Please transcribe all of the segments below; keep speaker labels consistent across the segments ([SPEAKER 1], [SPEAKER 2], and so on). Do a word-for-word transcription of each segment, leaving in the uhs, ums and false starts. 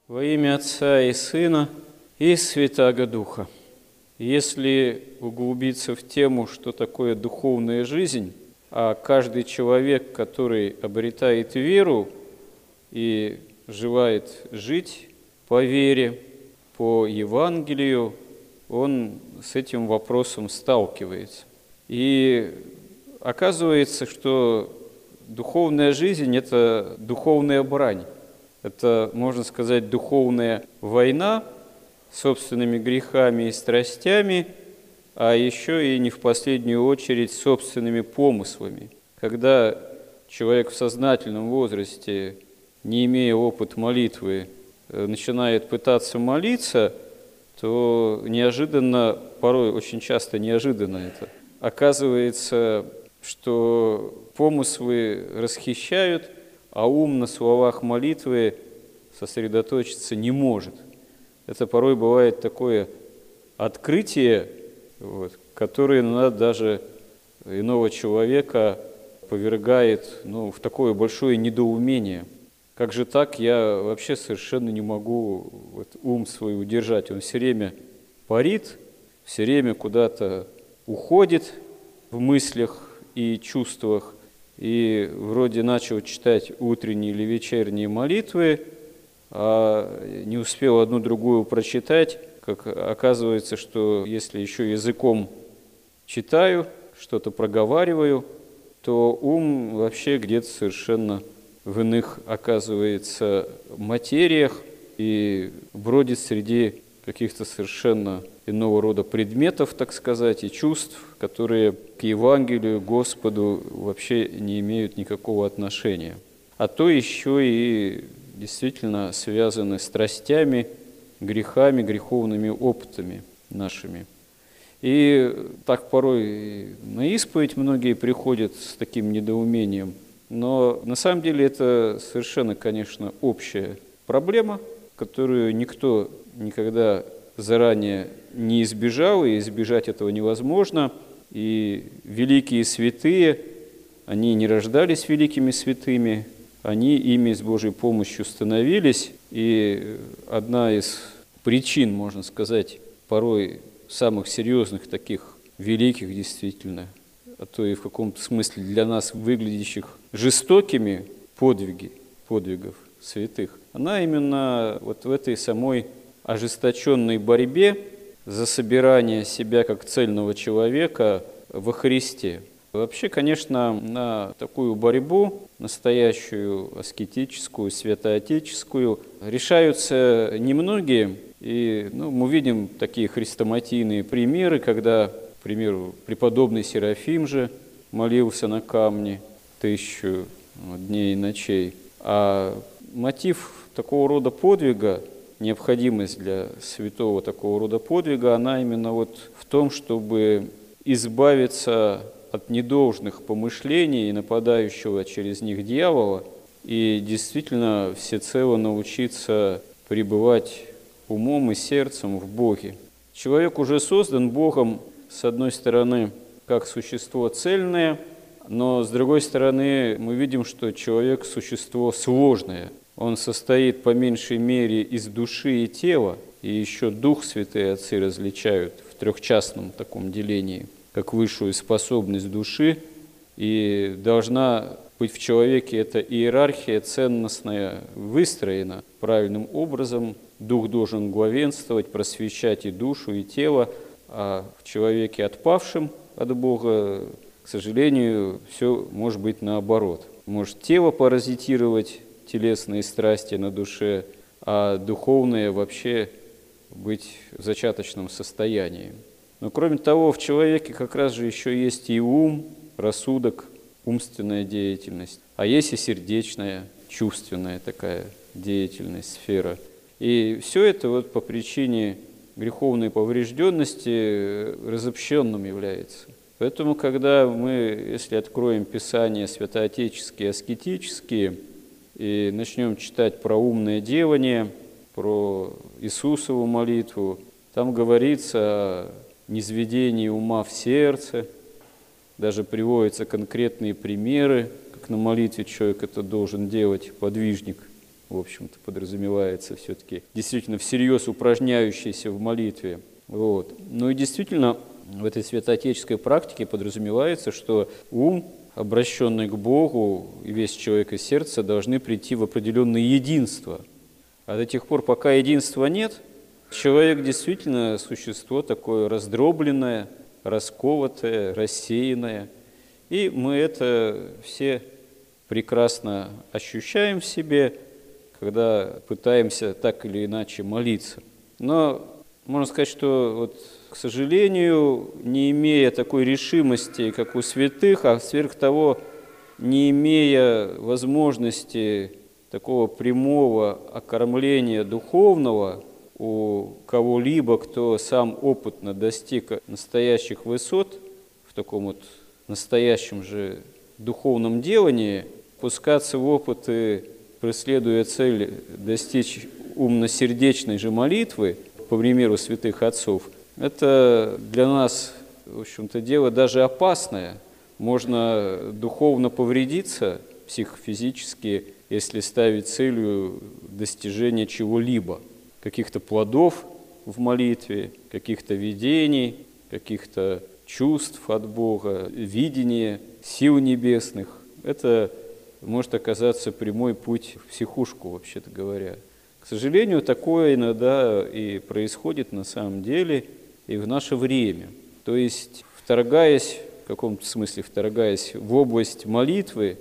[SPEAKER 1] Во имя Отца и Сына и Святаго Духа. Если углубиться в тему, что такое духовная жизнь, а каждый человек, который обретает веру и желает жить по вере, по Евангелию, он с этим вопросом сталкивается. И оказывается, что духовная жизнь – это духовная брань. Это, можно сказать, духовная война с собственными грехами и страстями, а еще и не в последнюю очередь собственными помыслами. Когда человек в сознательном возрасте, не имея опыта молитвы, начинает пытаться молиться, то неожиданно, порой очень часто неожиданно это, оказывается, что помыслы расхищают, а ум на словах молитвы сосредоточиться не может. Это порой бывает такое открытие, вот, которое иногда даже иного человека повергает ну, в такое большое недоумение. Как же так, я вообще совершенно не могу вот, ум свой удержать. Он все время парит, все время куда-то уходит в мыслях и чувствах. И вроде начал читать утренние или вечерние молитвы, а не успел одну другую прочитать, как оказывается, что если еще языком читаю, что-то проговариваю, то ум вообще где-то совершенно в иных, оказывается, материях и бродит среди каких-то совершенно иного рода предметов, так сказать, и чувств, которые к Евангелию, Господу вообще не имеют никакого отношения. А то еще и действительно связаны страстями, грехами, греховными опытами нашими. И так порой на исповедь многие приходят с таким недоумением, но на самом деле это совершенно, конечно, общая проблема, которую никто никогда заранее не избежал, и избежать этого невозможно. И великие святые, они не рождались великими святыми, они ими с Божьей помощью становились. И одна из причин, можно сказать, порой самых серьезных таких великих действительно, а то и в каком-то смысле для нас выглядящих жестокими подвиги, подвигов святых, она именно вот в этой самой ожесточенной борьбе за собирание себя как цельного человека во Христе. Вообще, конечно, на такую борьбу, настоящую аскетическую, святоотеческую, решаются немногие. И ну, мы видим такие хрестоматийные примеры, когда, к примеру, преподобный Серафим же молился на камне тысячу дней и ночей. А мотив такого рода подвига, необходимость для святого такого рода подвига, она именно вот в том, чтобы избавиться от недолжных помышлений и нападающего через них дьявола и действительно всецело научиться пребывать умом и сердцем в Боге. Человек уже создан Богом, с одной стороны, как существо цельное, но с другой стороны мы видим, что человек – существо сложное. Он состоит по меньшей мере из души и тела, и еще Дух святые отцы различают в трехчастном таком делении, как высшую способность души, и должна быть в человеке эта иерархия ценностная выстроена правильным образом. Дух должен главенствовать, просвещать и душу, и тело, а в человеке отпавшем от Бога, к сожалению, все может быть наоборот. Может тело паразитировать, телесные страсти на душе, а духовное вообще быть в зачаточном состоянии. Но кроме того, в человеке как раз же еще есть и ум, рассудок, умственная деятельность, а есть и сердечная, чувственная такая деятельность, сфера. И все это вот по причине греховной поврежденности разобщенным является. Поэтому, когда мы, если откроем Писания святоотеческие, аскетические, и начнем читать про умное девание, про Иисусову молитву, там говорится о низведении ума в сердце, даже приводятся конкретные примеры, как на молитве человек это должен делать, подвижник. в общем-то, подразумевается все-таки действительно всерьез упражняющийся в молитве. Вот. Ну и действительно, в этой святоотеческой практике подразумевается, что ум, обращенный к Богу, и весь человек и сердце должны прийти в определенное единство. А до тех пор, пока единства нет, человек действительно существо такое раздробленное, расковатое, рассеянное. И мы это все прекрасно ощущаем в себе, когда пытаемся так или иначе молиться. Но можно сказать, что, вот, к сожалению, не имея такой решимости, как у святых, а сверх того, не имея возможности такого прямого окормления духовного у кого-либо, кто сам опытно достиг настоящих высот в таком вот настоящем же духовном делании, пускаться в опыты, преследуя цель достичь умно-сердечной же молитвы, по примеру святых отцов, это для нас, в общем-то, дело даже опасное. Можно духовно повредиться, психофизически, если ставить целью достижения чего-либо, каких-то плодов в молитве, каких-то видений, каких-то чувств от Бога, видения сил небесных. Это может оказаться прямой путь в психушку, вообще-то говоря. К сожалению, такое иногда и происходит на самом деле и в наше время. То есть, вторгаясь, в каком-то смысле вторгаясь в область молитвы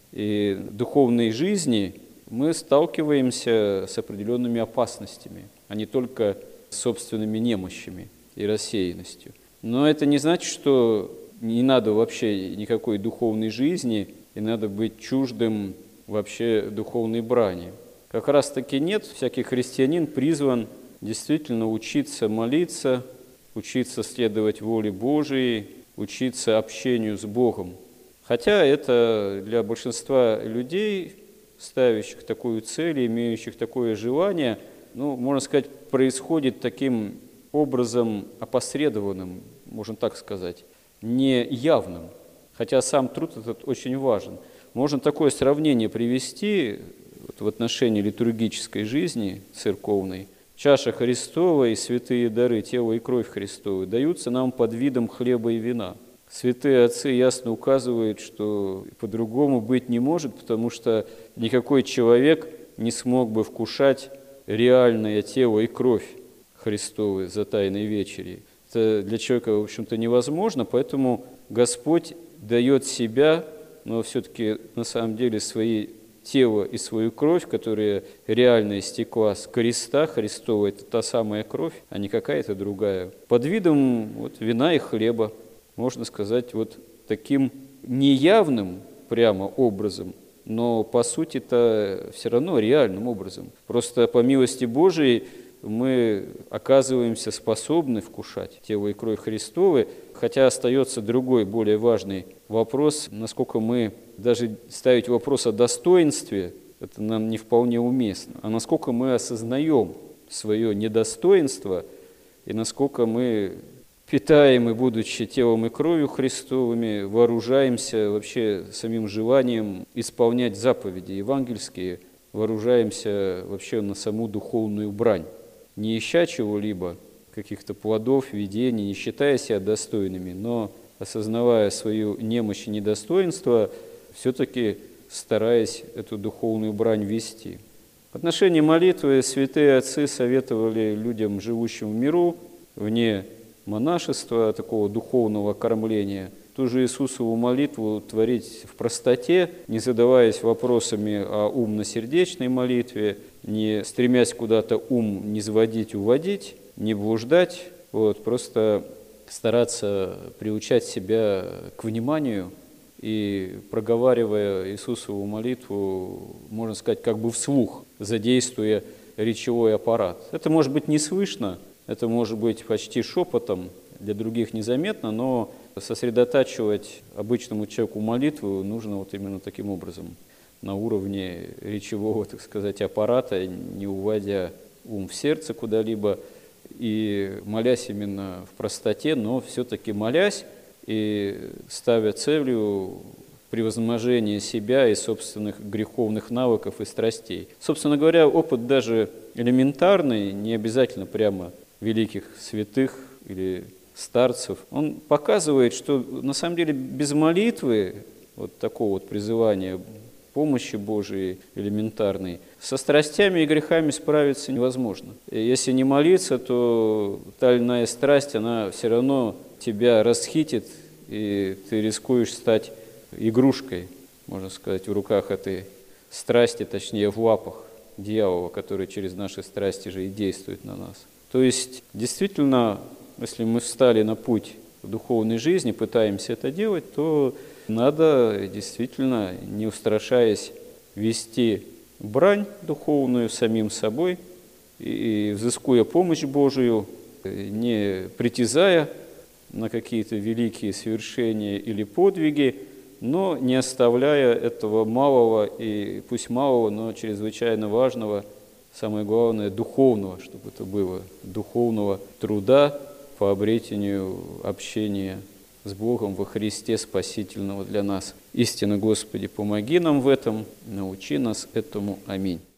[SPEAKER 1] и духовной жизни, мы сталкиваемся с определенными опасностями, а не только с собственными немощами и рассеянностью. Но это не значит, что не надо вообще никакой духовной жизни и надо быть чуждым вообще духовной брани. Как раз таки нет, всякий христианин призван действительно учиться молиться, учиться следовать воле Божией, учиться общению с Богом. Хотя это для большинства людей, ставящих такую цель, имеющих такое желание, ну, можно сказать, происходит таким образом опосредованным, можно так сказать, не явным. Хотя сам труд этот очень важен. Можно такое сравнение привести вот в отношении литургической жизни церковной. Чаша Христова и святые дары, тело и кровь Христовы, даются нам под видом хлеба и вина. Святые отцы ясно указывают, что по-другому быть не может, потому что никакой человек не смог бы вкушать реальное тело и кровь Христовы за Тайной вечери. Это для человека, в общем-то, невозможно, поэтому Господь дает себя, но все-таки на самом деле свои тело и свою кровь, которая реально истекла с креста Христова, это та самая кровь, а не какая-то другая, под видом вот, вина и хлеба, можно сказать, вот таким неявным прямо образом, но по сути-то все равно реальным образом. Просто по милости Божией мы оказываемся способны вкушать тело и кровь Христовы, хотя остается другой, более важный вопрос, насколько мы, даже ставить вопрос о достоинстве, это нам не вполне уместно, а насколько мы осознаем свое недостоинство и насколько мы, питаемы, будучи телом и кровью Христовыми, вооружаемся вообще самим желанием исполнять заповеди евангельские, вооружаемся вообще на саму духовную брань, не ища чего-либо, каких-то плодов, видений, не считая себя достойными, но осознавая свою немощь и недостоинство, все-таки стараясь эту духовную брань вести. В отношении молитвы святые отцы советовали людям, живущим в миру, вне монашества, такого духовного кормления, ту же Иисусову молитву творить в простоте, не задаваясь вопросами о умно-сердечной молитве, не стремясь куда-то ум не заводить, уводить, не блуждать, вот, просто стараться приучать себя к вниманию и, проговаривая Иисусову молитву, можно сказать, как бы вслух, задействуя речевой аппарат. Это может быть не слышно, это может быть почти шепотом, для других незаметно, но сосредотачивать обычному человеку молитву нужно вот именно таким образом, на уровне речевого, так сказать, аппарата, не уводя ум в сердце куда-либо, и молясь именно в простоте, но все-таки молясь и ставя целью превозможения себя и собственных греховных навыков и страстей. Собственно говоря, опыт даже элементарный, не обязательно прямо великих святых или старцев, он показывает, что на самом деле без молитвы, вот такого вот призывания помощи Божией элементарной, со страстями и грехами справиться невозможно. И если не молиться, то та или иная страсть, она все равно тебя расхитит, и ты рискуешь стать игрушкой, можно сказать, в руках этой страсти, точнее в лапах дьявола, который через наши страсти же и действует на нас. То есть, действительно, если мы встали на путь духовной жизни, пытаемся это делать, то надо действительно, не устрашаясь, вести брань духовную самим собой и, взыскуя помощь Божию, не притязая на какие-то великие свершения или подвиги, но не оставляя этого малого, и пусть малого, но чрезвычайно важного, самое главное, духовного, чтобы это было, духовного труда по обретению общения с Богом во Христе Спасительного для нас. Истинно, Господи, помоги нам в этом, научи нас этому. Аминь.